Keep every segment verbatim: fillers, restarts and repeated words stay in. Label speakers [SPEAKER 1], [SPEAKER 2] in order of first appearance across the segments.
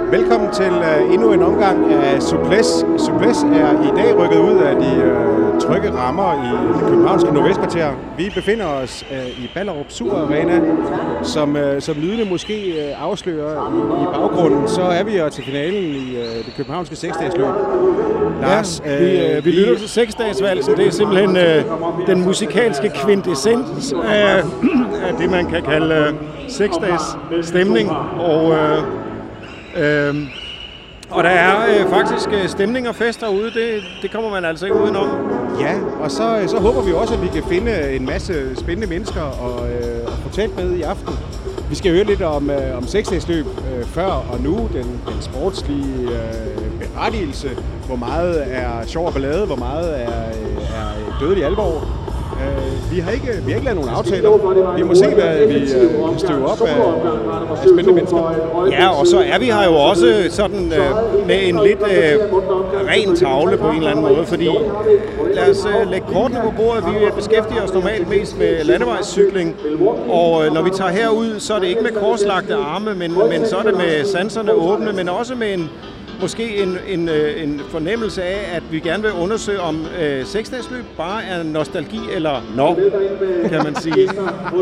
[SPEAKER 1] Velkommen til uh, endnu en omgang af Suples. Suples er i dag rykket ud af de uh, trygge rammer i det københavnske Nordvestkvarter. Vi befinder os uh, i Ballerup Super Arena, som, uh, som lydende måske uh, afslører i, i baggrunden. Så er vi jo til finalen i uh, det københavnske seksdagesløb. Lars,
[SPEAKER 2] ja, vi, uh, vi lytter til seksdagesvalsen. Det er simpelthen uh, den musikalske kvintessens af, af det, man kan kalde uh, seksdages stemning. Og uh, Øhm, og der er øh, faktisk øh, stemning og fest derude, det, det kommer man altså ikke udenom.
[SPEAKER 1] Ja, og så, så håber vi også, at vi kan finde en masse spændende mennesker og, øh, og få talt med i aften. Vi skal høre lidt om, øh, om seksdagsløb øh, før og nu, den, den sportslige øh, berettigelse, hvor meget er sjov og ballade, hvor meget er, øh, er dødelig alvor. Uh, vi har ikke, vi har ikke lavet nogen aftaler. Vi må se, hvad vi uh, kan støve op af, af spændende mennesker.
[SPEAKER 2] Ja, og så er vi her jo også sådan uh, med en lidt uh, ren tavle på en eller anden måde, fordi lad os uh, lægge kortene på bordet. Vi beskæftiger os normalt mest med landevejscykling, og uh, når vi tager herud, så er det ikke med korslagte arme, men, men så er det med sanserne åbne, men også med en måske en, en, en fornemmelse af, at vi gerne vil undersøge, om øh, seksdagsløb bare er nostalgi, eller nå, kan man sige.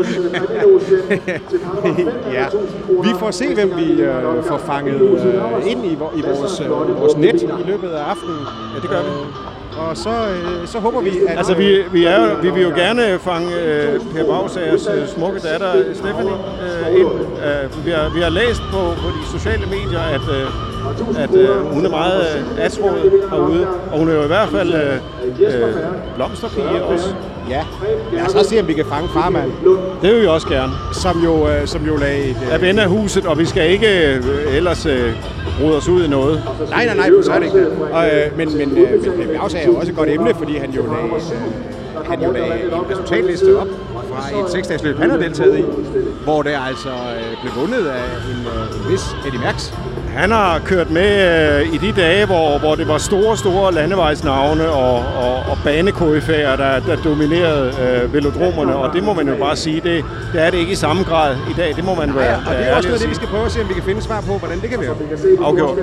[SPEAKER 1] Ja, vi får se, hvem vi øh, får fanget øh, ind i, i vores, øh, vores net i løbet af aftenen.
[SPEAKER 2] Ja, det gør vi.
[SPEAKER 1] Og så, øh, så håber vi, at...
[SPEAKER 2] Altså, vi, vi, er jo, vi vil jo gerne fange øh, Per Bagsagers øh, smukke datter, Stephanie, øh, ind. Øh, vi, har, vi har læst på, på de sociale medier, at, øh, at øh, hun er meget øh, atsrådet herude. Og hun er jo i hvert fald øh, øh, blomsterpige også.
[SPEAKER 1] Ja, lad os også se, om vi kan fange farmand.
[SPEAKER 2] Det vil vi også gerne.
[SPEAKER 1] Som jo, øh, som jo lagde et...
[SPEAKER 2] Øh, er ven af huset, og vi skal ikke øh, ellers øh, rode os ud i noget.
[SPEAKER 1] Nej, nej, nej, så er det ikke det. Og, øh, men men, øh, men Bjergsager er jo også et godt emne, fordi han jo lagde, øh, han jo lagde en resultatliste op fra et seksdagsløb, han har deltaget i, hvor det altså øh, blev vundet af en, øh, en vis Eddie Merckx.
[SPEAKER 2] Han har kørt med øh, i de dage, hvor, hvor det var store, store landevejsnavne og, og, og banekoryfæer, der, der dominerede øh, velodromerne, og det må man jo bare sige, det, det er det ikke i samme grad i dag, det må man være.
[SPEAKER 1] Ja, og det er også noget, det vi skal prøve at se, om vi kan finde svar på, hvordan det kan være.
[SPEAKER 2] Afgjort.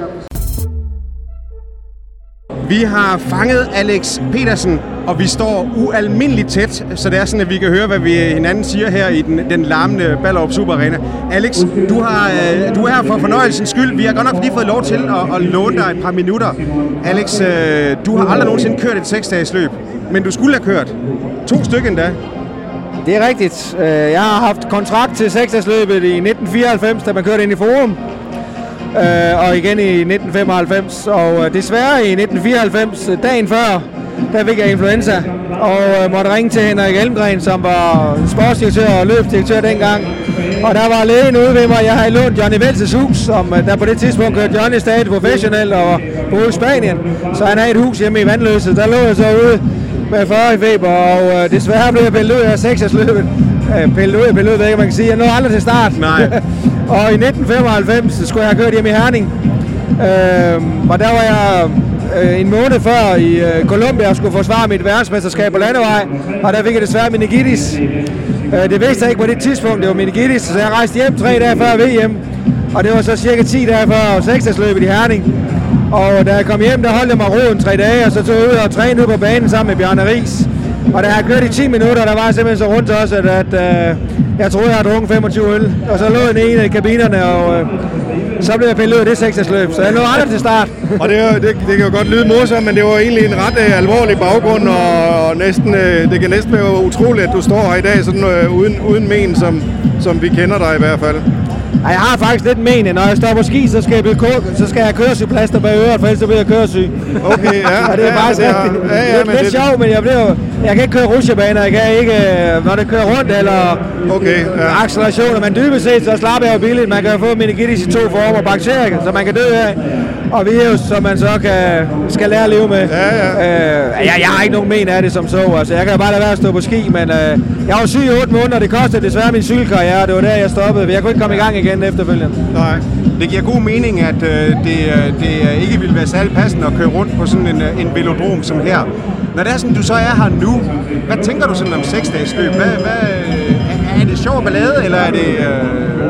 [SPEAKER 1] Vi har fanget Alex Petersen, og vi står ualmindeligt tæt, så det er sådan, at vi kan høre, hvad vi hinanden siger her i den, den larmende Ballerup Super Arena. Alex, du, har, øh, du er her for fornøjelsens skyld. Vi har godt nok lige fået lov til at, at låne dig et par minutter. Alex, øh, du har aldrig nogensinde kørt et seksdagesløb, men du skulle have kørt to stykker endda.
[SPEAKER 3] Det er rigtigt. Jeg har haft kontrakt til seksdagsløbet i nitten fireoghalvfems, da man kørte ind i Forum. Uh, og igen i nitten femoghalvfems, og uh, desværre i nitten fireoghalvfems, dagen før, der fik jeg influenza, og uh, måtte ringe til Henrik Elmgren, som var sportsdirektør og løbsdirektør dengang. Og der var lægen ude ved mig, jeg havde lånt Johnny Welses hus, som uh, der på det tidspunkt kørte Johnny stadig professionelt og boede i Spanien. Så han havde et hus hjemme i Vandløse, der lå jeg så ude med fyrre i feber, og uh, desværre blev jeg pillet ud af seksdagsløbet. Uh, pillet ud, pillet ud, det kan man kan sige. Jeg nåede aldrig til start.
[SPEAKER 1] Nej.
[SPEAKER 3] Og i nitten femoghalvfems skulle jeg have kørt hjem i Herning, øh, og der var jeg øh, en måned før i øh, Colombia og skulle forsvare mit verdensmesterskab på landevej, og der fik jeg desværre meningitis. Øh, det vidste jeg ikke på det tidspunkt, det var meningitis, så jeg rejste hjem tre dage før V M, og det var så cirka ti dage før seksdagsløbet i Herning. Og da jeg kom hjem, der holdt jeg mig roen tre dage, og så tog jeg ud og trænede ud på banen sammen med Bjarne Riis. Og da jeg kørte i ti minutter, der var jeg simpelthen så rundt til os, at, at uh, jeg troede, jeg havde drukket femogtyve øl. Og så lå jeg i en af kabinerne, og uh, så blev jeg pillet ud af det seksdagsløb. Så jeg nåede aldrig til start.
[SPEAKER 2] Og det, det, det kan jo godt lyde morsomt, men det var egentlig en ret uh, alvorlig baggrund, og, og næsten, uh, det kan næsten være utroligt, at du står her i dag sådan, uh, uden, uden men, som, som vi kender dig i hvert fald.
[SPEAKER 3] Ja, jeg har faktisk lidt men, når jeg står på ski, så skal jeg, så skal jeg køre sygeplaster bag øret, for ellers så bliver jeg køresyg.
[SPEAKER 2] Okay, ja.
[SPEAKER 3] Og det er
[SPEAKER 2] ja,
[SPEAKER 3] faktisk
[SPEAKER 2] ja,
[SPEAKER 3] ja, ja, ja,
[SPEAKER 2] lidt,
[SPEAKER 3] lidt
[SPEAKER 2] det...
[SPEAKER 3] sjovt, men jeg, bliver, jeg kan ikke køre rutsjebaner, jeg kan ikke, når det kører rundt, eller
[SPEAKER 2] okay, ja.
[SPEAKER 3] accelerationer, men dybest set, så slapper jeg jo billigt. Man kan få meningitis i to former, bakterier, så man kan dø af, og virus, som man så kan, skal lære at leve med.
[SPEAKER 2] Ja, ja.
[SPEAKER 3] Øh, jeg, jeg har ikke nogen men af det som så, altså jeg kan bare lade være at stå på ski, men øh, jeg var syg i otte måneder, det kostede desværre min cykelkarriere, det var der jeg stoppede, jeg kunne ikke komme i gang igen efterfølgende.
[SPEAKER 1] Nej. Det giver god mening, at øh, det, det ikke ville være særlig passende at køre rundt på sådan en, en velodrom som her. Når det er sådan, du så er her nu, hvad tænker du sådan om seksdagsløb? Hvad, hvad, er det sjov ballade, eller er det, øh,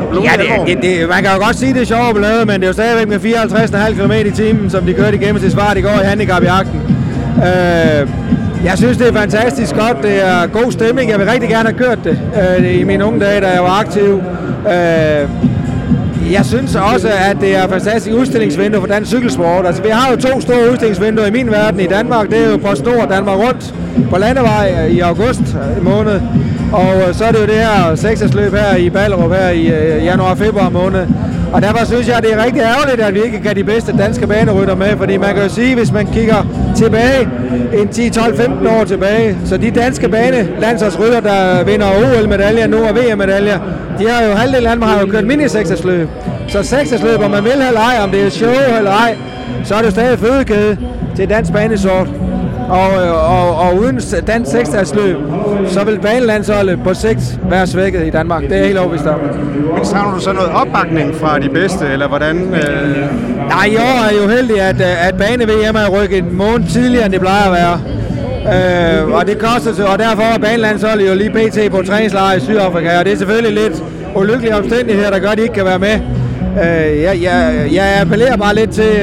[SPEAKER 3] Ja, det, det, det, man kan jo godt sige, det er sjovt lavet, men det er jo stadigvæk med fireoghalvtreds komma fem kilometer i timen, som de kørte igennem til Svart i går i handicapjagten. Øh, jeg synes, det er fantastisk godt. Det er god stemning. Jeg vil rigtig gerne have kørt det øh, i mine unge dage, da jeg var aktiv. Øh, Jeg synes også, at det er et fantastisk udstillingsvindue for dansk cykelsport. Altså, vi har jo to store udstillingsvinduer i min verden i Danmark. Det er jo PostNord Danmark Rundt på landevej i august måned. Og så er det jo det her seksdagsløb her i Ballerup her i januar-februar måned. Og derfor synes jeg, at det er rigtig ærgerligt, at vi ikke kan de bedste danske banerytter med. Fordi man kan jo sige, hvis man kigger tilbage en ti, tolv, femten år tilbage, så de danske banelandsholdsrytter, der vinder O L-medaljer nu og V M-medaljer, de har jo halvdelen af dem har jo kørt mini-seksdagsløb. Så seksdagsløb, om man vil eller ej, om det er show eller ej, så er det jo stadig fødekæde til dansk banesort. Og, og, og uden dansk seksdagsløb, så vil banelandsholdet på sigt være svækket i Danmark. Det er helt overbevist om.
[SPEAKER 1] Men savner du så noget opbakning fra de bedste, eller hvordan? Øh...
[SPEAKER 3] Nej, i år er jeg jo heldig, at, at bane-V M er rykket en måned tidligere, end det plejer at være. Øh, og det koster, og derfor er banelandsholdet jo lige P T på træningslejr i Sydafrika, og det er selvfølgelig lidt ulykkelige omstændigheder, der gør, at de ikke kan være med. Øh, jeg, jeg, jeg appellerer bare lidt til,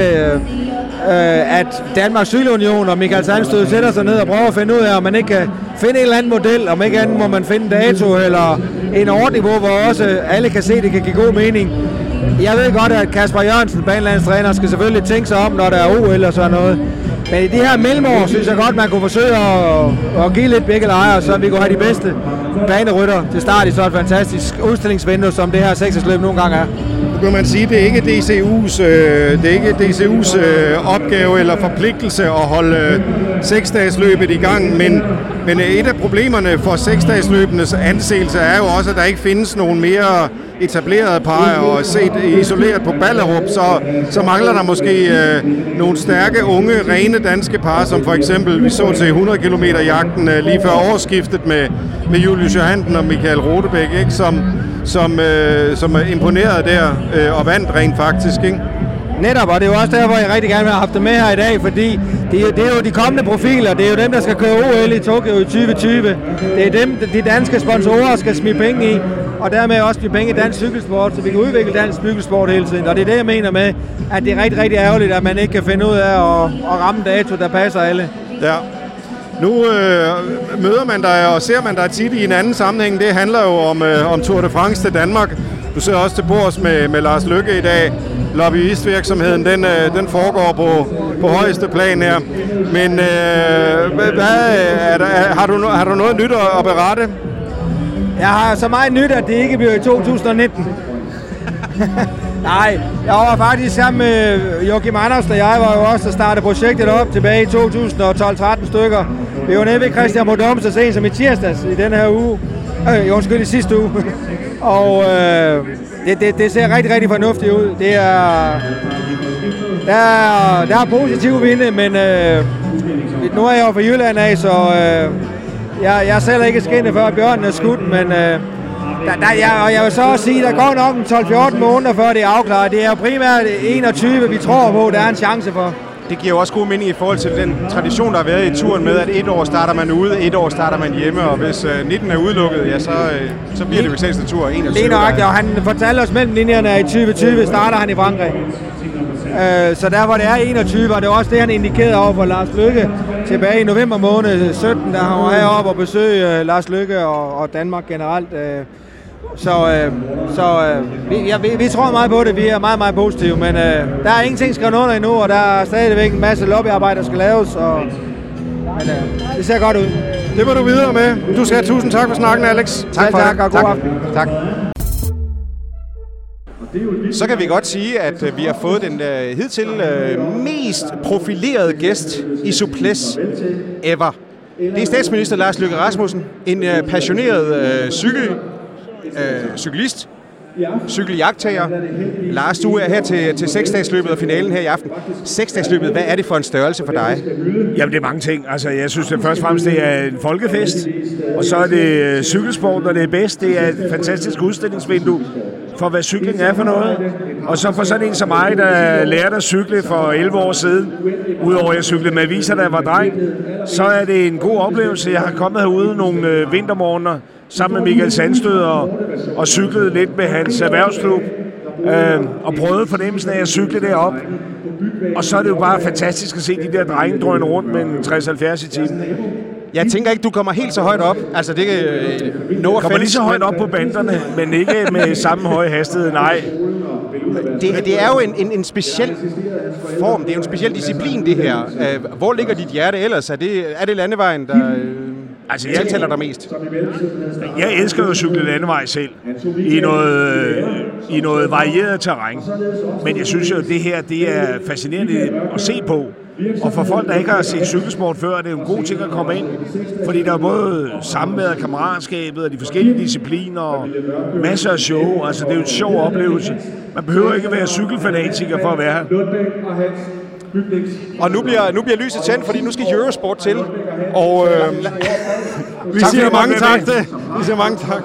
[SPEAKER 3] øh, at Danmarks Cykelunion og Michael Sandstød sætter sig ned og prøver at finde ud af, om man ikke kan finde en eller anden model, om ikke andet må man finde dato eller en ordning, hvor også alle kan se, at det kan give god mening. Jeg ved godt, at Kasper Jørgensen, banelandstræner, skal selvfølgelig tænke sig om, når der er O L og sådan noget. Men i de her mellemår synes jeg godt, man kunne forsøge at, at give lidt begge lejre, så vi kunne have de bedste banerytter til start i så et fantastisk udstillingsvindue, som det her seksdagsløb nogle gange er.
[SPEAKER 2] Nu kan man sige, at det er ikke D C U's, øh, det er ikke D C U's øh, opgave eller forpligtelse at holde øh, seksdagsløbet i gang, men, men et af problemerne for seksdagsløbenes anseelse er jo også, at der ikke findes nogen mere etablerede par, og set isoleret på Ballerup, så, så mangler der måske øh, nogle stærke, unge, rene danske par, som for eksempel vi så til hundrede kilometer jagten øh, lige før årsskiftet med, med Julius Johansen og Michael Rodebæk, ikke? Som, som, øh, som er imponeret der øh, og vandt rent faktisk, ikke?
[SPEAKER 3] Netop, og det er jo også derfor, jeg rigtig gerne vil have haft dem med her i dag, fordi det er, det er jo de kommende profiler, det er jo dem, der skal køre O L i Tokyo i tyve tyve. Det er dem, de danske sponsorer skal smide penge i, og dermed også blive penge i dansk cykelsport, så vi kan udvikle dansk cykelsport hele tiden. Og det er det, jeg mener med, at det er rigtig, rigtig ærgerligt, at man ikke kan finde ud af at, at ramme dato, der passer alle.
[SPEAKER 2] Ja. Nu øh, møder man dig, og ser man dig tit i en anden sammenhæng. Det handler jo om, øh, om Tour de France til Danmark. Du sidder også til bords med, med Lars Løkke i dag. Lobbyistvirksomheden, den, øh, den foregår på, på højeste plan her. Men øh, hvad, er der, er, har, du, har du noget nyt at berette?
[SPEAKER 3] Jeg har så meget nyt, at det ikke bliver i to tusind nitten. Nej, jeg var faktisk sammen med Joachim Andersen, og jeg var jo også der startede projektet op tilbage i to tusind tolv tretten stykker. Vi var nede ved Christian Modum så sent som i tirsdags i denne her uge. Øh, undskyld, i sidste uge. Og øh, det, det, det ser rigtig, rigtig fornuftigt ud. Det er, der, er, der er positive vinde, men øh, nu er jeg jo fra Jylland af, så øh, jeg, jeg selv ikke skinnet før bjørnen er skudt, men øh, der, der, jeg, og jeg vil så også sige, der går nok en tolv fjorten måneder før det er afklaret. Det er jo primært enogtyve, vi tror på, der er en chance for.
[SPEAKER 1] Det giver jo også god mening i forhold til den tradition, der har været i turen med, at et år starter man ude, et år starter man hjemme, og hvis øh, nitten er udelukket, ja, så, øh, så bliver det jo sagens natur enogtyve.
[SPEAKER 3] Lige nøjagtigt, og han fortalte os mellem linjerne, at i tyve tyve starter han i Frankrig. Øh, så derfor det er enogtyve, og det er også det, han indikerede over for Lars Løkke tilbage i november måned sytten, da han var heroppe og besøgte øh, Lars Løkke og, og Danmark generelt. Øh, Så, øh, så øh, vi, ja, vi, vi tror meget på det, vi er meget, meget positive, men øh, der er ingenting skrevet under endnu, og der er stadigvæk en masse lobbyarbejde, der skal laves, og men, øh, det ser godt ud.
[SPEAKER 2] Det må du videre med. Du skal have tusind tak for snakken, Alex.
[SPEAKER 3] Tak for tak, det. Og god
[SPEAKER 1] tak.
[SPEAKER 3] aften.
[SPEAKER 1] Tak. Så kan vi godt sige, at øh, vi har fået den øh, hidtil øh, mest profilerede gæst i Souplesse ever. Det er statsminister Lars Løkke Rasmussen, en øh, passioneret øh, cykel Øh, cyklist, cykeljagttager. Lars, du er her til, til seksdagsløbet og finalen her i aften. Seksdagsløbet, hvad er det for en størrelse for dig?
[SPEAKER 4] Jamen, det er mange ting. Altså, jeg synes, at først og fremmest det er en folkefest, og så er det cykelsport, når det er bedst. Det er et fantastisk udstillingsvindue. for, hvad cykling er for noget. Og så for sådan en som mig, der lærte at cykle for elleve år siden, udover at jeg cyklede med aviser, da jeg var dreng, så er det en god oplevelse. Jeg har kommet herude nogle vintermorgener sammen med Michael Sandstød og, og cyklet lidt med hans erhvervsklub. Øh, og prøvede fornemmelsen af at cykle derop. Og så er det jo bare fantastisk at se de der drenge drøne rundt med en tres halvfjerds i timen.
[SPEAKER 1] Jeg tænker ikke, du kommer helt så højt op. Altså, det er no
[SPEAKER 4] kommer lige så højt op på banderne, men ikke med samme høje hastighed, nej.
[SPEAKER 1] Det, det er jo en, en, en speciel form, det er jo en speciel disciplin, det her. Hvor ligger dit hjerte ellers? Er det, er det landevejen, der altså, jeg tiltaler dig mest?
[SPEAKER 4] Jeg elsker jo at cykle landevej selv, i noget, i noget varieret terræn. Men jeg synes jo, at det her det er fascinerende at se på. Og for folk, der ikke har set cykelsport før, er det jo en god ting at komme ind. Fordi der er både samværet, kammeratskabet og de forskellige discipliner og masser af show. Altså, det er jo en sjov oplevelse. Man behøver ikke være cykelfanatiker for at være her.
[SPEAKER 1] Og nu bliver, nu bliver lyset tændt, fordi nu skal Eurosport til. Og øh,
[SPEAKER 2] vi siger mange tak til. Vi siger mange tak.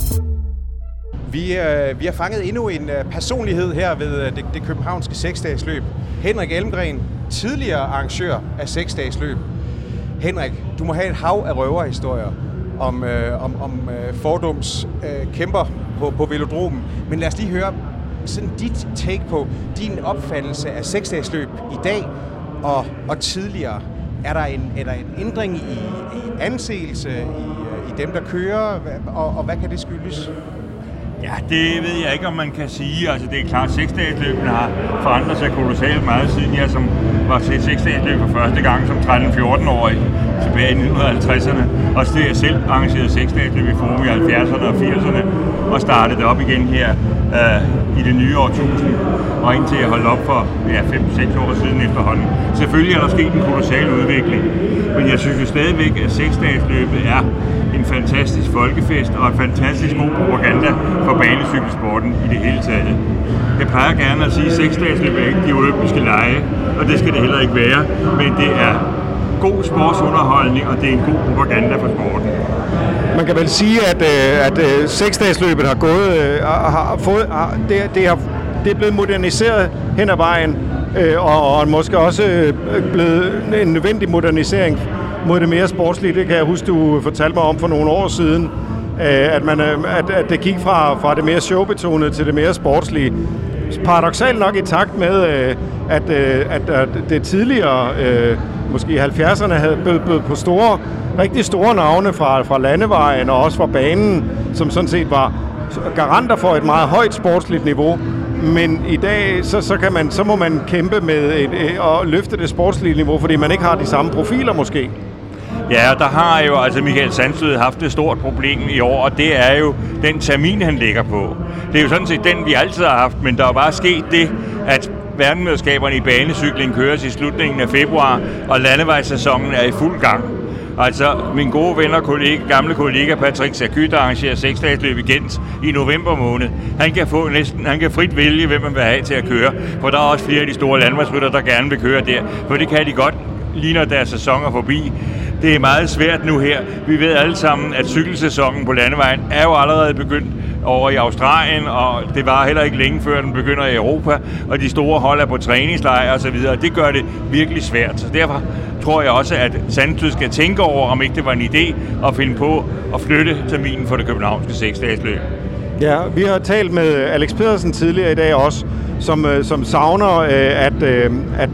[SPEAKER 1] Vi, øh, vi har fanget endnu en øh, personlighed her ved øh, det, det københavnske seksdagesløb. Henrik Elmgren, tidligere arrangør af seksdagesløb. Henrik, du må have et hav af røverhistorier om, øh, om, om øh, fordums øh, kæmper på, på velodromen. Men lad os lige høre sådan dit take på din opfattelse af seksdagesløb i dag og, og tidligere. Er der en, er der en ændring i, i anseelse i, i dem, der kører, og, og hvad kan det skyldes?
[SPEAKER 5] Ja, det ved jeg ikke, om man kan sige. Altså, det er klart, at seksdagesløbene har forandret sig kolossalt meget, siden jeg som var til seksdagesløb for første gang som tretten-fjorten-årig tilbage i nitten halvtredserne. Og så jeg selv arrangerede seksdagesløb i Forum i halvfjerdserne og firserne og startede det op igen her øh, i det nye årtusind. Og indtil jeg holdt op for ja, fem til seks år siden efterhånden. Selvfølgelig er der sket en kolossal udvikling, men jeg synes jo stadigvæk, at seksdagesløbet er en fantastisk folkefest og en fantastisk god propaganda for banecykelsporten i det hele taget. Jeg plejer gerne at sige, at seksdagesløb er ikke de olympiske lege, og det skal det heller ikke være, men det er god sportsunderholdning, og det er en god propaganda for sporten.
[SPEAKER 2] Man kan vel sige, at, at, at seksdagesløbet har gået, har fået, har, det, det, har, det er blevet moderniseret hen ad vejen, og, og måske også blevet en nødvendig modernisering mod det mere sportslige. Det kan jeg huske, du fortalte mig om for nogle år siden, at, man, at, at det gik fra, fra det mere showbetonede til det mere sportslige. Paradoksalt nok i takt med, at, at, at det tidligere, måske i halvfjerdserne, havde bød på store, rigtig store navne fra, fra landevejen og også fra banen, som sådan set var garanter for et meget højt sportsligt niveau. Men i dag, så, så, kan man, så må man kæmpe med et, at løfte det sportslige niveau, fordi man ikke har de samme profiler måske.
[SPEAKER 5] Ja, der har jo altså Michael Sandstød haft et stort problem i år, og det er jo den termin, han ligger på. Det er jo sådan set den, vi altid har haft, men der er bare sket det, at verdensmesterskaberne i banecykling køres i slutningen af februar, og landevejssæsonen er i fuld gang. Altså, min gode ven og kollega, gamle kollega Patrick Sarky, der arrangerer seksdagesløb i Gent i november måned, han kan få næsten, han kan frit vælge, hvem man vil have til at køre, for der er også flere af de store landevejsryttere, der gerne vil køre der, for det kan de godt, lige når deres sæson er forbi. Det er meget svært nu her. Vi ved alle sammen, at cykelsæsonen på landevejen er jo allerede begyndt over i Australien, og det var heller ikke længe før den begynder i Europa, og de store hold er på træningslejre og så videre. Det gør det virkelig svært. Så derfor tror jeg også, at Sandstød skal tænke over, om ikke det var en idé at finde på at flytte terminen for det københavnske seksdagesløb.
[SPEAKER 2] Ja, vi har talt med Alex Pedersen tidligere i dag også, som, som savner, at, at, at,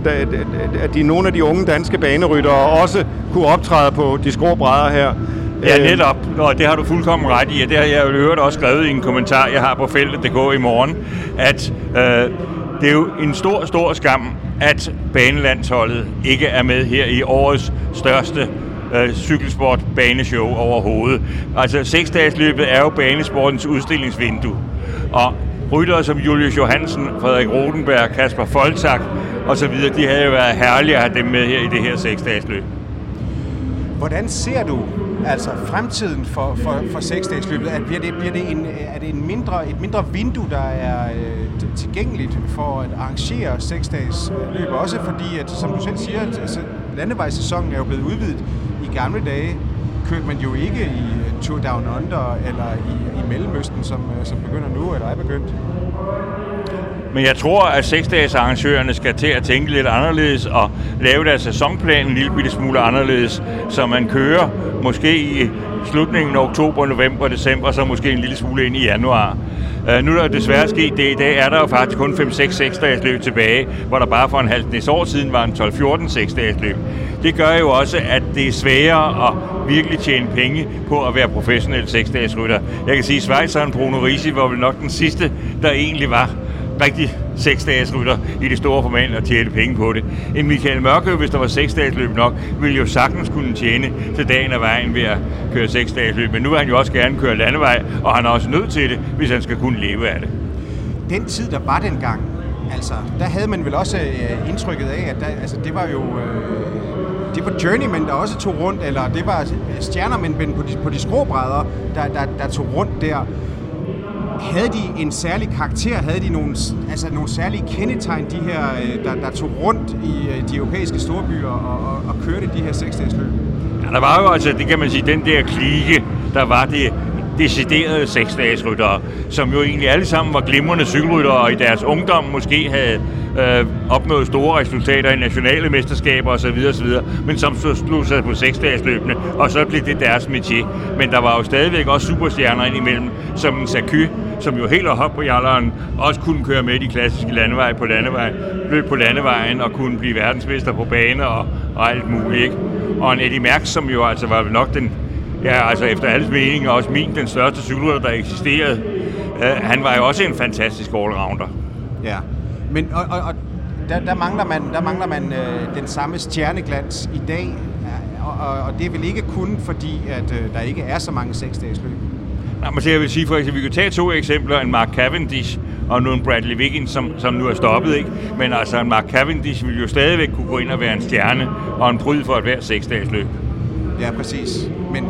[SPEAKER 2] at de, nogle af de unge danske baneryttere også kunne optræde på de skrå brædder her.
[SPEAKER 5] Ja, netop, og det har du fuldkommen ret i, og det har jeg jo hørt også skrevet i en kommentar, jeg har på feltet punktum d k i morgen, at øh, det er jo en stor, stor skam, at banelandsholdet ikke er med her i årets største øh, cykelsport-baneshow overhovedet. Altså, seksdagesløbet er jo banesportens udstillingsvindue, og ryttere som Julius Johansen, Frederik Rodenberg, Kasper Foltak og så videre, de havde jo været herlige at have dem med her i det her seksdagesløb.
[SPEAKER 1] Hvordan ser du altså fremtiden for, for, for seksdagsløbet? At bliver det, bliver det en, er det en mindre, et mindre vindue, der er øh, tilgængeligt for at arrangere seksdagsløb? Også fordi, at, som du selv siger, at altså, landevejssæsonen er jo blevet udvidet. I gamle dage kørte man jo ikke i Tour Down Under eller i, i Mellemøsten, som, som begynder nu, eller er begyndt.
[SPEAKER 5] Men jeg tror, at seksdages arrangørerne skal til at tænke lidt anderledes og lave deres sæsonplan en lille bitte smule anderledes, så man kører måske i slutningen af oktober, november, december, så måske en lille smule ind i januar. Uh, nu er der desværre sket det. I dag er der jo faktisk kun fem seks seksdages løb tilbage, hvor der bare for en halv næste år siden var en tolv fjorten seksdages løb. Det gør jo også, at det er sværere at virkelig tjene penge på at være professionel seksdages rytter. Jeg kan sige, at schweizeren Bruno Risi var vel nok den sidste, der egentlig var rigtig seksdages rytter i det store format og tjene penge på det. En Michael Mørkøv, hvis der var seksdages løb nok, ville jo sagtens kunne tjene til dagen af vejen ved at køre seksdages løb. Men nu vil han jo også gerne køre landevej, og han er også nødt til det, hvis han skal kunne leve af det.
[SPEAKER 1] Den tid, der var dengang, altså, der havde man vel også øh, indtrykket af, at der, altså, det var jo øh, det var journeymen, der også tog rundt, eller det var stjernermænd på de, på de skråbrædder, der, der, der tog rundt der. Havde de en særlig karakter? Havde de nogle, altså nogle særlige kendetegn, de her, der, der tog rundt i de europæiske storbyer og, og, og kørte de her seksdagesløb?
[SPEAKER 5] Ja, der var jo altså, det kan man sige, den der klike, der var det deciderede seksdagesryttere, som jo egentlig alle sammen var glimrende cykelryttere, og i deres ungdom måske havde øh, opnået store resultater i nationale mesterskaber osv. osv., men som så slog sig på seksdagesløbene, og så blev det deres métier. Men der var jo stadigvæk også superstjerner indimellem, som en Saky, som jo helt op på jalleren, også kunne køre med de klassiske landeveje på landevej, løb på landevejen og kunne blive verdensmester på bane og, og alt muligt, ikke? Og en Eddy Merckx, som jo altså var nok den, ja, altså efter alles mening, og også min, den største cykelrytter, der eksisterede. Uh, han var jo også en fantastisk allrounder.
[SPEAKER 1] Ja, men og, og, og der, der mangler man, der mangler man øh, den samme stjerneglans i dag, og, og, og det er vel ikke kun fordi, at øh, der ikke er så mange seksdagesløb.
[SPEAKER 5] Nej, men så jeg vil sige, for eksempel, vi kan tage to eksempler, en Mark Cavendish og nu en Bradley Wiggins, som, som nu er stoppet, ikke? Men altså en Mark Cavendish vil jo stadigvæk kunne gå ind og være en stjerne og en pryd for at være seksdagesløb.
[SPEAKER 1] Ja, præcis. Men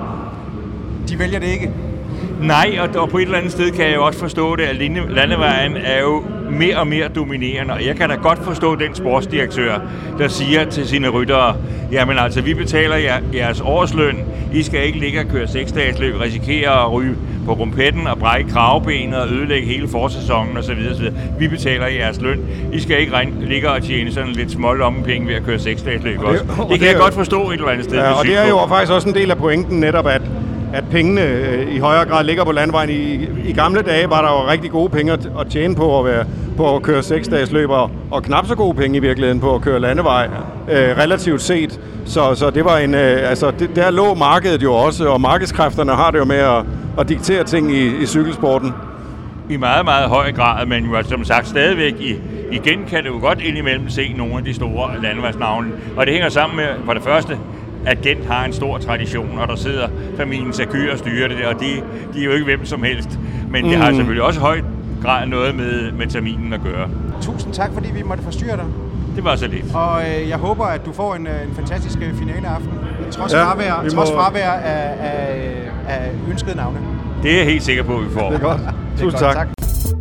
[SPEAKER 1] de vælger det ikke.
[SPEAKER 5] Nej, og, og på et eller andet sted kan jeg jo også forstå det, at landevejen er jo mere og mere dominerende, og jeg kan da godt forstå den sportsdirektør, der siger til sine ryttere, jamen altså, vi betaler jer, jeres årsløn, I skal ikke ligge og køre seksdagesløb, risikere at ryge på rumpetten og brække kravebenet og ødelægge hele forsæsonen osv. osv. Vi betaler jeres løn. I skal ikke regne, ligge og tjene sådan lidt små lommepenge ved at køre seksdagesløb også. Det, det kan det jeg jo godt forstå et eller andet sted.
[SPEAKER 2] Ja, og det er jo faktisk også en del af pointen netop, at at pengene øh, i højere grad ligger på landvejen. I, I gamle dage var der jo rigtig gode penge at, at tjene på at, være, på at køre seksdagesløber, og, og knap så gode penge i virkeligheden på at køre landevej, øh, relativt set. Så, så det var en, øh, altså det, der lå markedet jo også, og markedskræfterne har det jo med at, at diktere ting i, i cykelsporten.
[SPEAKER 5] I meget, meget høj grad, men jo som sagt stadigvæk i, igen kan det jo godt indimellem se nogle af de store landevejsnavne. Og det hænger sammen med, for det første, at Gent har en stor tradition, og der sidder familien Saky og styrer det der, og de, de er jo ikke hvem som helst. Men det mm. har selvfølgelig også højt grad noget med, med terminen at gøre. Tusind
[SPEAKER 1] tak, fordi vi måtte forstyrre dig.
[SPEAKER 5] Det var så lidt.
[SPEAKER 1] Og øh, jeg håber, at du får en, en fantastisk finaleaften, trods ja, fravær, må... trods fravær af, af, af ønskede navne.
[SPEAKER 5] Det er jeg helt sikker på, at vi får.
[SPEAKER 2] Det er godt. Tusind tak. tak.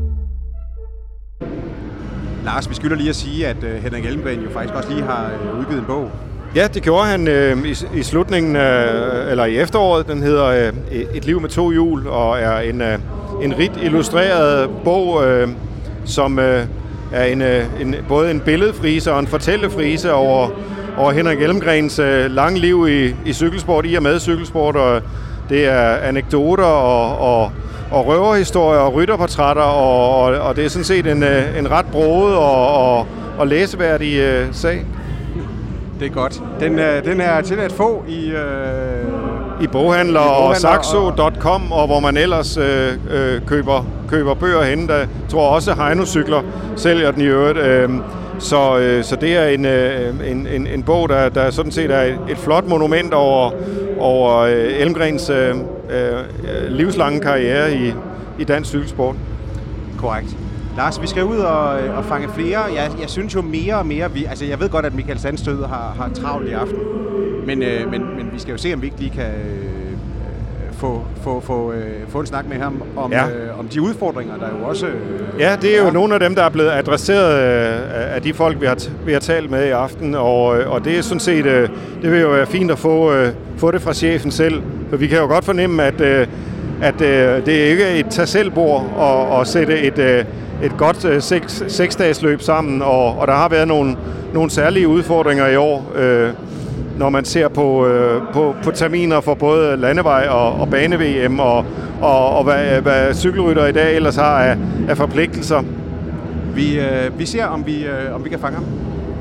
[SPEAKER 1] Lars, vi skylder lige at sige, at uh, Henrik Elmgren jo faktisk også lige har uh, udgivet en bog.
[SPEAKER 2] Ja, det gjorde han øh, i, i slutningen, øh, eller i efteråret. Den hedder øh, Et liv med to hjul, og er en, øh, en rigt illustreret bog, øh, som øh, er en, øh, en, både en billedfrise og en fortællefrise over, over Henrik Elmgrens øh, lange liv i, i cykelsport, i og med cykelsport. Og det er anekdoter og, og, og røverhistorier og rytterportrætter, og, og, og det er sådan set en, øh, en ret broget og, og, og læseværdig øh, sag.
[SPEAKER 1] Det er godt. Den, øh, den er til at få i... Øh,
[SPEAKER 2] I boghandler og saxo punktum com, og hvor man ellers øh, øh, køber, køber bøger henne. Der tror også, Heino Cykler sælger den i øvrigt. Øh, så, øh, så det er en, øh, en, en, en bog, der, der sådan set er et, et flot monument over, over øh, Elmgrens øh, øh, livslange karriere i, i dansk cykelsport.
[SPEAKER 1] Korrekt. Lars, vi skal ud og, og fange flere. Jeg, jeg synes jo mere og mere... Vi, altså, jeg ved godt, at Michael Sandstød har, har travlt i aften. Men, øh, men, men vi skal jo se, om vi ikke lige kan øh, få, få, få, øh, få en snak med ham om,
[SPEAKER 2] ja.
[SPEAKER 1] øh, om de udfordringer, der jo også... Øh,
[SPEAKER 2] ja, det er jo
[SPEAKER 1] ja.
[SPEAKER 2] nogle af dem, der er blevet adresseret øh, af de folk, vi har, t- vi har talt med i aften, og, og det er sådan set, øh, det vil jo være fint at få, øh, få det fra chefen selv, for vi kan jo godt fornemme, at, øh, at øh, det er ikke et tag-selv-bord at, at sætte et, øh, et godt øh, seks, seksdagsløb sammen, og, og der har været nogle, nogle særlige udfordringer i år, øh, når man ser på, øh, på, på terminer for både landevej og, og bane-V M, og, og, og hvad, hvad cykelrytter i dag ellers har af, af forpligtelser.
[SPEAKER 1] Vi, øh, vi ser, om vi, øh, om vi kan fange ham.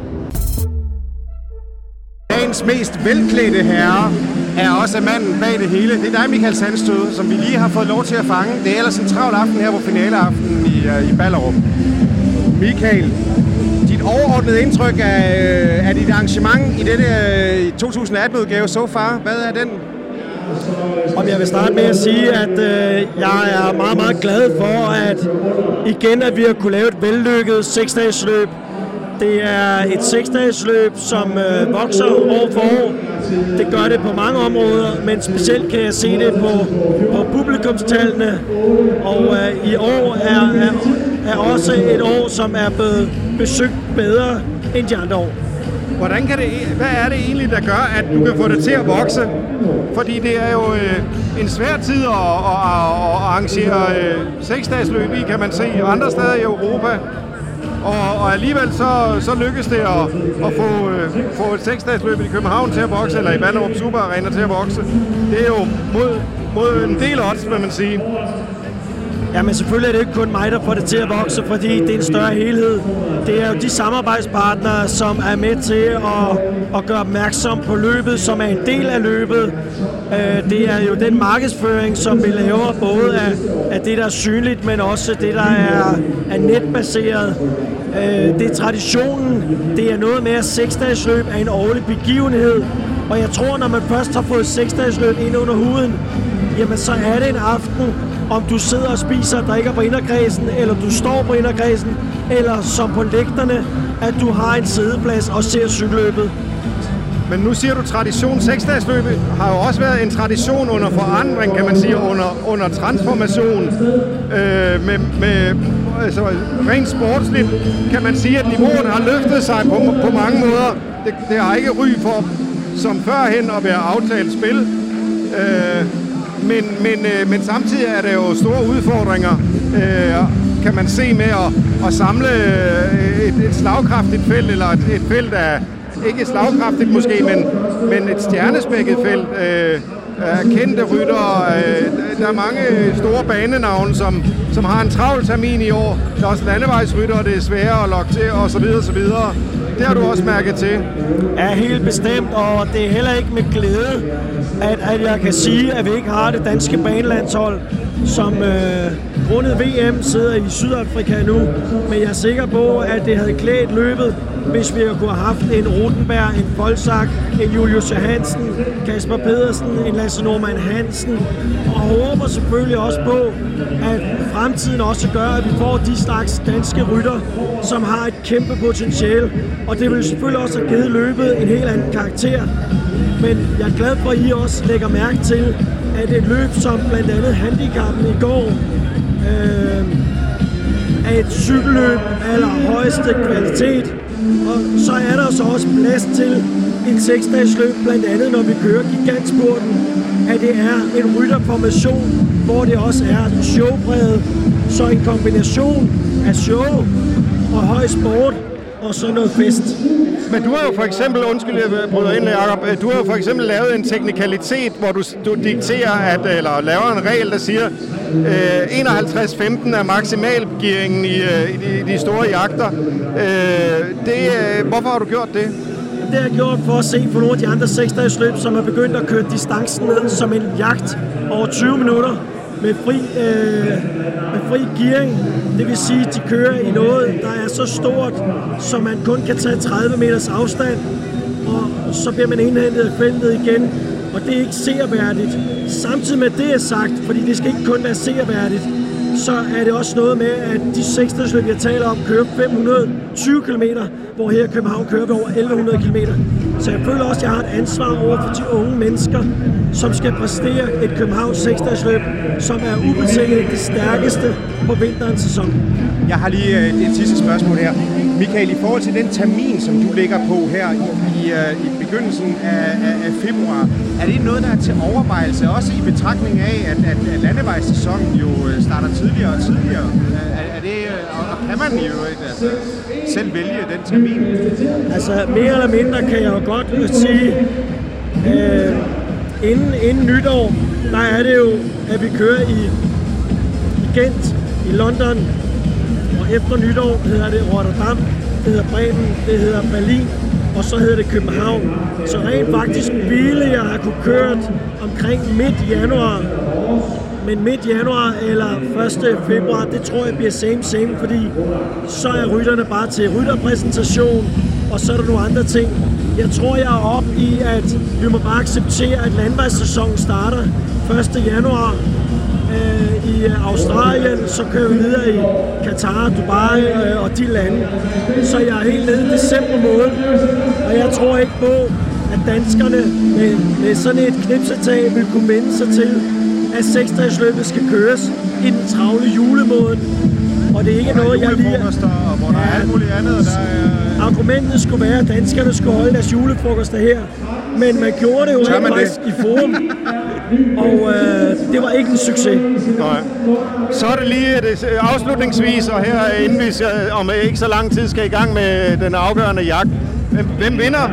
[SPEAKER 1] Dagens mest velklædte herre er også manden bag det hele. Det er dig, Michael Sandstød, som vi lige har fået lov til at fange. Det er ellers en travl aften her på finaleaften i, uh, i Ballerup. Michael, dit overordnede indtryk af, af dit arrangement i denne uh, to tusind atten-udgave so far, hvad er den?
[SPEAKER 6] Om jeg vil starte med at sige, at øh, jeg er meget, meget glad for, at igen, at vi har kunne lave et vellykket seksdagsløb. Det er et seksdagsløb, som øh, vokser år for år. Det gør det på mange områder, men specielt kan jeg se det på, på publikumstallene. Og øh, i år er, er, er også et år, som er blevet besøgt bedre end de andre år.
[SPEAKER 2] Hvordan kan det, hvad er det egentlig, der gør, at du kan få det til at vokse? Fordi det er jo øh, en svær tid at, at, at arrangere øh, seksdagsløb i, kan man se, andre steder i Europa. Og, og alligevel så, så lykkes det at, at få, øh, få et seksdagsløb i København til at vokse, eller i Ballerup Super Arena til at vokse. Det er jo mod, mod en del odds, vil man sige.
[SPEAKER 6] Jamen selvfølgelig er det ikke kun mig, der får det til at vokse, fordi det er en større helhed. Det er jo de samarbejdspartnere, som er med til at, at gøre opmærksom på løbet, som er en del af løbet. Det er jo den markedsføring, som vi laver, både af, af det, der er synligt, men også det, der er, er netbaseret. Det er traditionen. Det er noget med, at seksdagsløb er en årlig begivenhed. Og jeg tror, når man først har fået seksdagsløb ind under huden, jamen så er det en aften, om du sidder og spiser, der ikke er på inderkredsen, eller du står på inderkredsen, eller som på lægterne, at du har en sædeplads og ser cykelløbet.
[SPEAKER 2] Men nu siger du tradition. Seksdagsløbet har jo også været en tradition under forandring, kan man sige, under, under transformation. Øh, med, med, altså, rent sportsligt kan man sige, at niveauet har løftet sig på, på mange måder. Det, det har ikke ry for, som førhen, at være aftalt spil. Øh, Men, men, øh, men samtidig er der jo store udfordringer, øh, kan man se, med at, at samle et, et slagkraftigt felt, eller et, et felt af, ikke slagkraftigt måske, men, men et stjernespækket felt øh, af kendte ryttere. Øh, der er mange store banenavne, som, som har en travl termin i år. Der er også landevejsryttere, det er svære at lokke til, osv. osv. Det har du også mærket til.
[SPEAKER 6] Ja, helt bestemt, og det er heller ikke med glæde, at, at jeg kan sige, at vi ikke har det danske banelandshold, som øh, grundet V M sidder i Sydafrika nu. Men jeg er sikker på, at det havde klædt løbet, hvis vi kunne have haft en Rotenberg, en Folsak, en Julius Johansen, Kasper Pedersen, en Lasse Norman Hansen. Og håber selvfølgelig også på, at fremtiden også gør, at vi får de slags danske rytter, som har et kæmpe potentiale. Og det vil selvfølgelig også have givet løbet en helt anden karakter. Men jeg er glad for, at I også lægger mærke til, at et løb som blandt andet handicappen i går øh, er et cykelløb af allerhøjeste kvalitet. Og så er der så også plads til en seksdagsløb, blandt andet når vi kører gigantspurten, at det er en rytterformation, hvor det også er showpræget. Så en kombination af show og høj sport og så noget fest.
[SPEAKER 2] Men du har jo for eksempel, undskyld, jeg bryder ind, Jacob, du har jo for eksempel lavet en teknikalitet, hvor du, du dikterer, at, eller laver en regel, der siger, øh, enoghalvtreds femten er maksimalgearingen i, øh, i, de, i de store jagter. Øh, det, øh, hvorfor har du gjort det?
[SPEAKER 6] Det har jeg gjort for at se på nogle af de andre seksdagsløb, som er begyndt at køre distancen ned som en jagt over tyve minutter med fri, øh, med fri gearing. Det vil sige, at de kører i noget, der er så stort, så man kun kan tage tredive meters afstand, og så bliver man indhentet af feltet igen, og det er ikke seerværdigt. Samtidig med det er sagt, fordi det skal ikke kun være seerværdigt, så er det også noget med, at de seksdagsløb, jeg taler om, kører fem hundrede og tyve kilometer, hvor her i København kører vi over elleve hundrede kilometer. Så jeg føler også, at jeg har et ansvar over for de unge mennesker, som skal præstere et Københavns seksdagesløb, som er ubetinget det stærkeste på vinterens sæson.
[SPEAKER 1] Jeg har lige et, et sidste spørgsmål her. Michael, i forhold til den termin, som du ligger på her i, i, i begyndelsen af, af, af februar, er det noget, der er til overvejelse, også i betragtning af, at, at, at landevejssæsonen jo starter tidligere og tidligere? Er, er det, og kan man jo altså, selv vælge den termin?
[SPEAKER 6] Altså, mere eller mindre kan jeg jo godt sige, øh, inden, inden nytår, der er det jo, at vi kører i, i Gent, i London, og efter nytår hedder det Rotterdam, det hedder Bremen, det hedder Berlin, og så hedder det København. Så rent faktisk ville jeg have kunne kørt omkring midt januar, men midt januar eller første februar, det tror jeg bliver same same, fordi så er rytterne bare til rytterpræsentation, og så er der nogle andre ting. Jeg tror, jeg er oppe i, at vi må bare acceptere, at landvejssæsonen starter første januar øh, i Australien, så kører vi videre i Katar, Dubai øh, og de lande. Så jeg er helt nede i december måned, og jeg tror ikke på, at danskerne med, med sådan et knipsetag vil kunne vende sig til, at seksdagesløbet skal køres i den travle julemåned. Og det er ikke noget, jeg lige...
[SPEAKER 1] Og hvor der er alt muligt andet, der er...
[SPEAKER 6] Argumentet skulle være, at danskerne skulle holde deres julefrokoster her. Men man gjorde det jo ikke faktisk i Forum. Og øh, det var ikke en succes.
[SPEAKER 2] Nej. Så er det lige det, afslutningsvis, og her inden vi skal, om ikke så lang tid skal i gang med den afgørende jagt. Hvem, hvem vinder?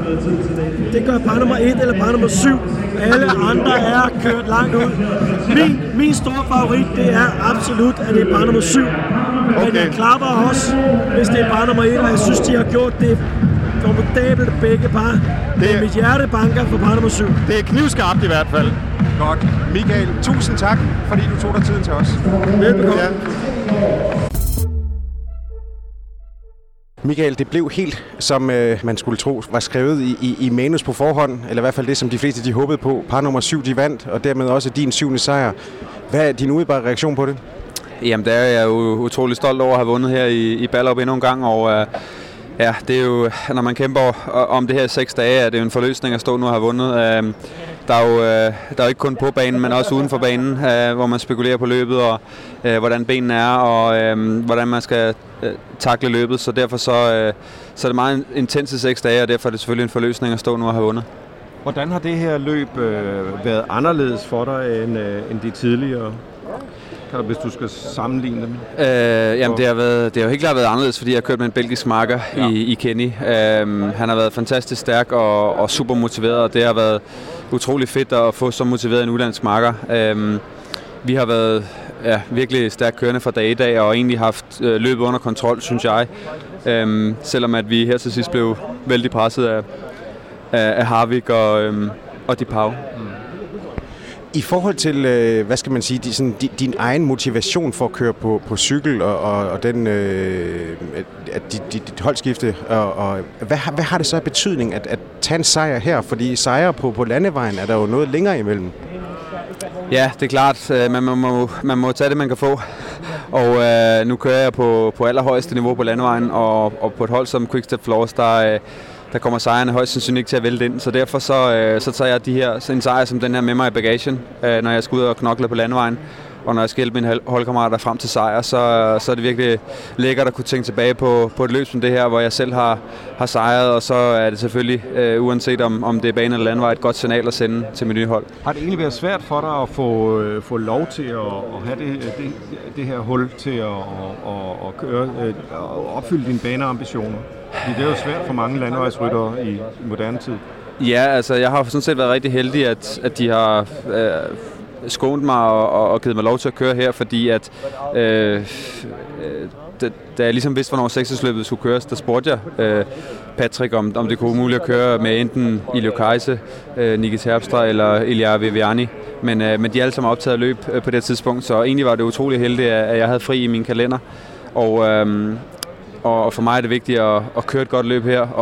[SPEAKER 6] Det gør par nummer et eller par nummer syv. Alle andre er kørt langt ud. Min, min store favorit, det er absolut, at det er par nummer syv. Okay. Men jeg klapper også, hvis det er par nummer et, og jeg synes, de har gjort det formidabelt begge par. Det er mit hjerte banker for par nummer syv.
[SPEAKER 2] Det er knivskarpt i hvert fald.
[SPEAKER 1] Godt. Michael, tusind tak, fordi du tog dig tiden til os.
[SPEAKER 2] Velbekomme. Ja.
[SPEAKER 1] Michael, det blev helt, som øh, man skulle tro, var skrevet i, i, i manus på forhånd, eller i hvert fald det, som de fleste de håbede på. Par nummer syv, de vandt, og dermed også din syvende sejr. Hvad er din umiddelbare reaktion på det?
[SPEAKER 7] Jamen, der er jeg jo utrolig stolt over at have vundet her i, i Ballerup endnu en gang, og øh, ja, det er jo, når man kæmper om det her seks dage, er det jo en forløsning at stå nu og have vundet. Øh, Der er, jo, der er jo ikke kun på banen, men også uden for banen, hvor man spekulerer på løbet og hvordan benene er og hvordan man skal takle løbet. Så derfor så, så er det meget intense seks dage, og derfor er det selvfølgelig en forløsning at stå nu og have vundet.
[SPEAKER 2] Hvordan har det her løb øh, været anderledes for dig end, øh, end de tidligere? Hvis du skal sammenligne dem?
[SPEAKER 7] Øh, jamen, det har, været, det har jo helt klart været anderledes, fordi jeg har kørt med en belgisk marker ja. i, i Kenny. Øh, han har været fantastisk stærk og, og super motiveret, og det har været utrolig fedt at få så motiveret en udlandsk marker. Øh, vi har været ja, virkelig stærkt kørende fra dag i dag, og egentlig haft øh, løbet under kontrol, synes jeg. Øh, selvom at vi her til sidst blev vældig presset af, af, af Harvik og, øh, og De Pau. Mm.
[SPEAKER 1] I forhold til, øh, hvad skal man sige, de, sådan, din, din egen motivation for at køre på, på cykel og, og, og den, øh, at dit, dit holdskifte, og, og hvad, hvad har det så af betydning at, at tage en sejr her? Fordi sejre på, på landevejen er der jo noget længere imellem.
[SPEAKER 7] Ja, det er klart. Man, man, må, man må tage det, man kan få. Og øh, nu kører jeg på, på allerhøjeste niveau på landevejen, og, og på et hold som Quickstep Floors, der der kommer sejrene højst sandsynligt ikke til at vælte ind. Så derfor så, øh, så tager jeg de her, en sejr som den her med mig i bagagen, øh, når jeg skal ud og knokle på landevejen. Og når jeg skal hjælpe mine holdkammerater frem til sejr, så, så er det virkelig lækkert at kunne tænke tilbage på, på et løb som det her, hvor jeg selv har, har sejret. Og så er det selvfølgelig, øh, uanset om, om det er bane eller landevej, et godt signal at sende til mit nye hold.
[SPEAKER 2] Har det egentlig været svært for dig at få, øh, få lov til at, at have det, det, det her hul til at, at, at køre, øh, at opfylde dine baneambitioner? Det er jo svært for mange landevejsryttere i moderne tid.
[SPEAKER 7] Ja, altså jeg har sådan set været rigtig heldig, at, at de har øh, skånet mig og, og givet mig lov til at køre her, fordi at øh, da, da jeg ligesom vidste, hvornår seksdagsløbet skulle køres, der spurgte jeg øh, Patrick, om, om det kunne være muligt at køre med enten Ilio Kajse, øh, Niki Terpstra eller Ilja Viviani. Men, øh, men de er alle sammen optaget løb øh, på det tidspunkt, så egentlig var det utrolig heldigt, at jeg havde fri i min kalender. Og, øh, Og for mig er det vigtigt at, at køre et godt løb her, og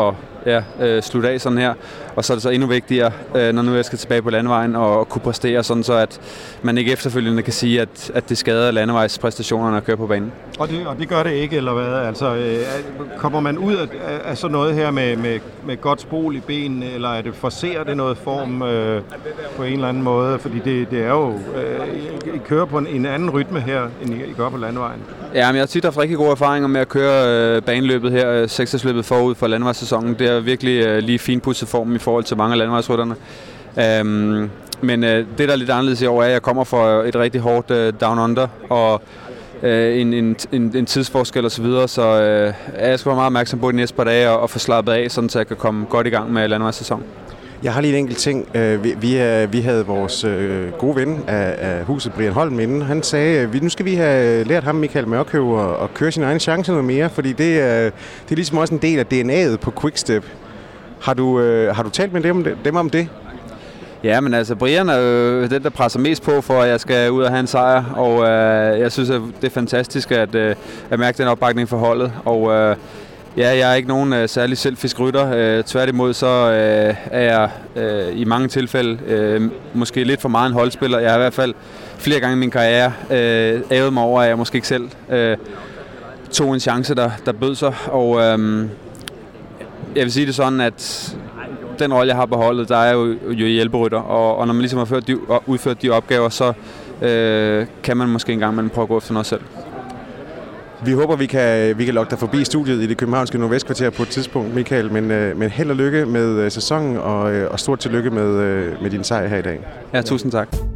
[SPEAKER 7] ja, øh, slutte af sådan her. Og så er det så endnu vigtigere, øh, når nu jeg skal tilbage på landevejen og, og kunne præstere sådan, så at man ikke efterfølgende kan sige, at, at det skader landevejspræstationerne at køre på banen.
[SPEAKER 2] Og det, og det gør det ikke, eller hvad? Altså, øh, kommer man ud af, af sådan noget her med, med, med godt spol i benene, eller er det forcerer det noget form øh, på en eller anden måde? Fordi det, det er jo, øh, I kører på en, en anden rytme her, end I, I gør på landevejen.
[SPEAKER 7] Ja, men jeg har tit haft rigtig gode erfaringer med at køre øh, baneløbet her, øh, seksdagsløbet forud for landevejssæsonen. Det er virkelig øh, lige finpudset formen i forhold til mange af landevejsrytterne. Øhm, men øh, det, der er lidt anderledes i år, er, at jeg kommer fra et rigtig hårdt øh, down under, og øh, en, en, en, en tidsforskel osv., så, så øh, jeg skal være meget opmærksom på de næste par dage og, og få slappet af, sådan, så jeg kan komme godt i gang med landevejssæsonen.
[SPEAKER 1] Jeg har lige en enkelt ting. Vi, vi, vi havde vores gode ven af, af huset, Brian Holm, inden. Han sagde, at nu skal vi have lært ham, Michael Mørkøv, at køre sin egen chance noget mere, fordi det er, det er ligesom også en del af D N A'et på Quickstep. Har du, har du talt med dem, dem om det?
[SPEAKER 7] Ja, men altså, Brian er jo den, der presser mest på, for at jeg skal ud og have en sejr, og øh, jeg synes, at det er fantastisk at, øh, at mærke den opbakning for holdet, og øh, ja, jeg er ikke nogen øh, særlig selvfisk rytter. Øh, tværtimod så øh, er jeg øh, i mange tilfælde øh, måske lidt for meget en holdspiller. Jeg har i hvert fald flere gange i min karriere øh, ævet mig over, at jeg måske ikke selv øh, tog en chance, der, der bød sig. Og øh, jeg vil sige det sådan, at den rolle, jeg har på holdet, der er jo, jo hjælperytter. Og, og når man ligesom har ført de, udført de opgaver, så øh, kan man måske engang man prøve at gå efter noget selv.
[SPEAKER 1] Vi håber, vi kan, vi kan lokke dig forbi studiet i det københavnske Nordvestkvarter på et tidspunkt, Michael. Men, men held og lykke med sæsonen, og, og stort tillykke med, med din sejr her i dag.
[SPEAKER 7] Ja, tusind tak.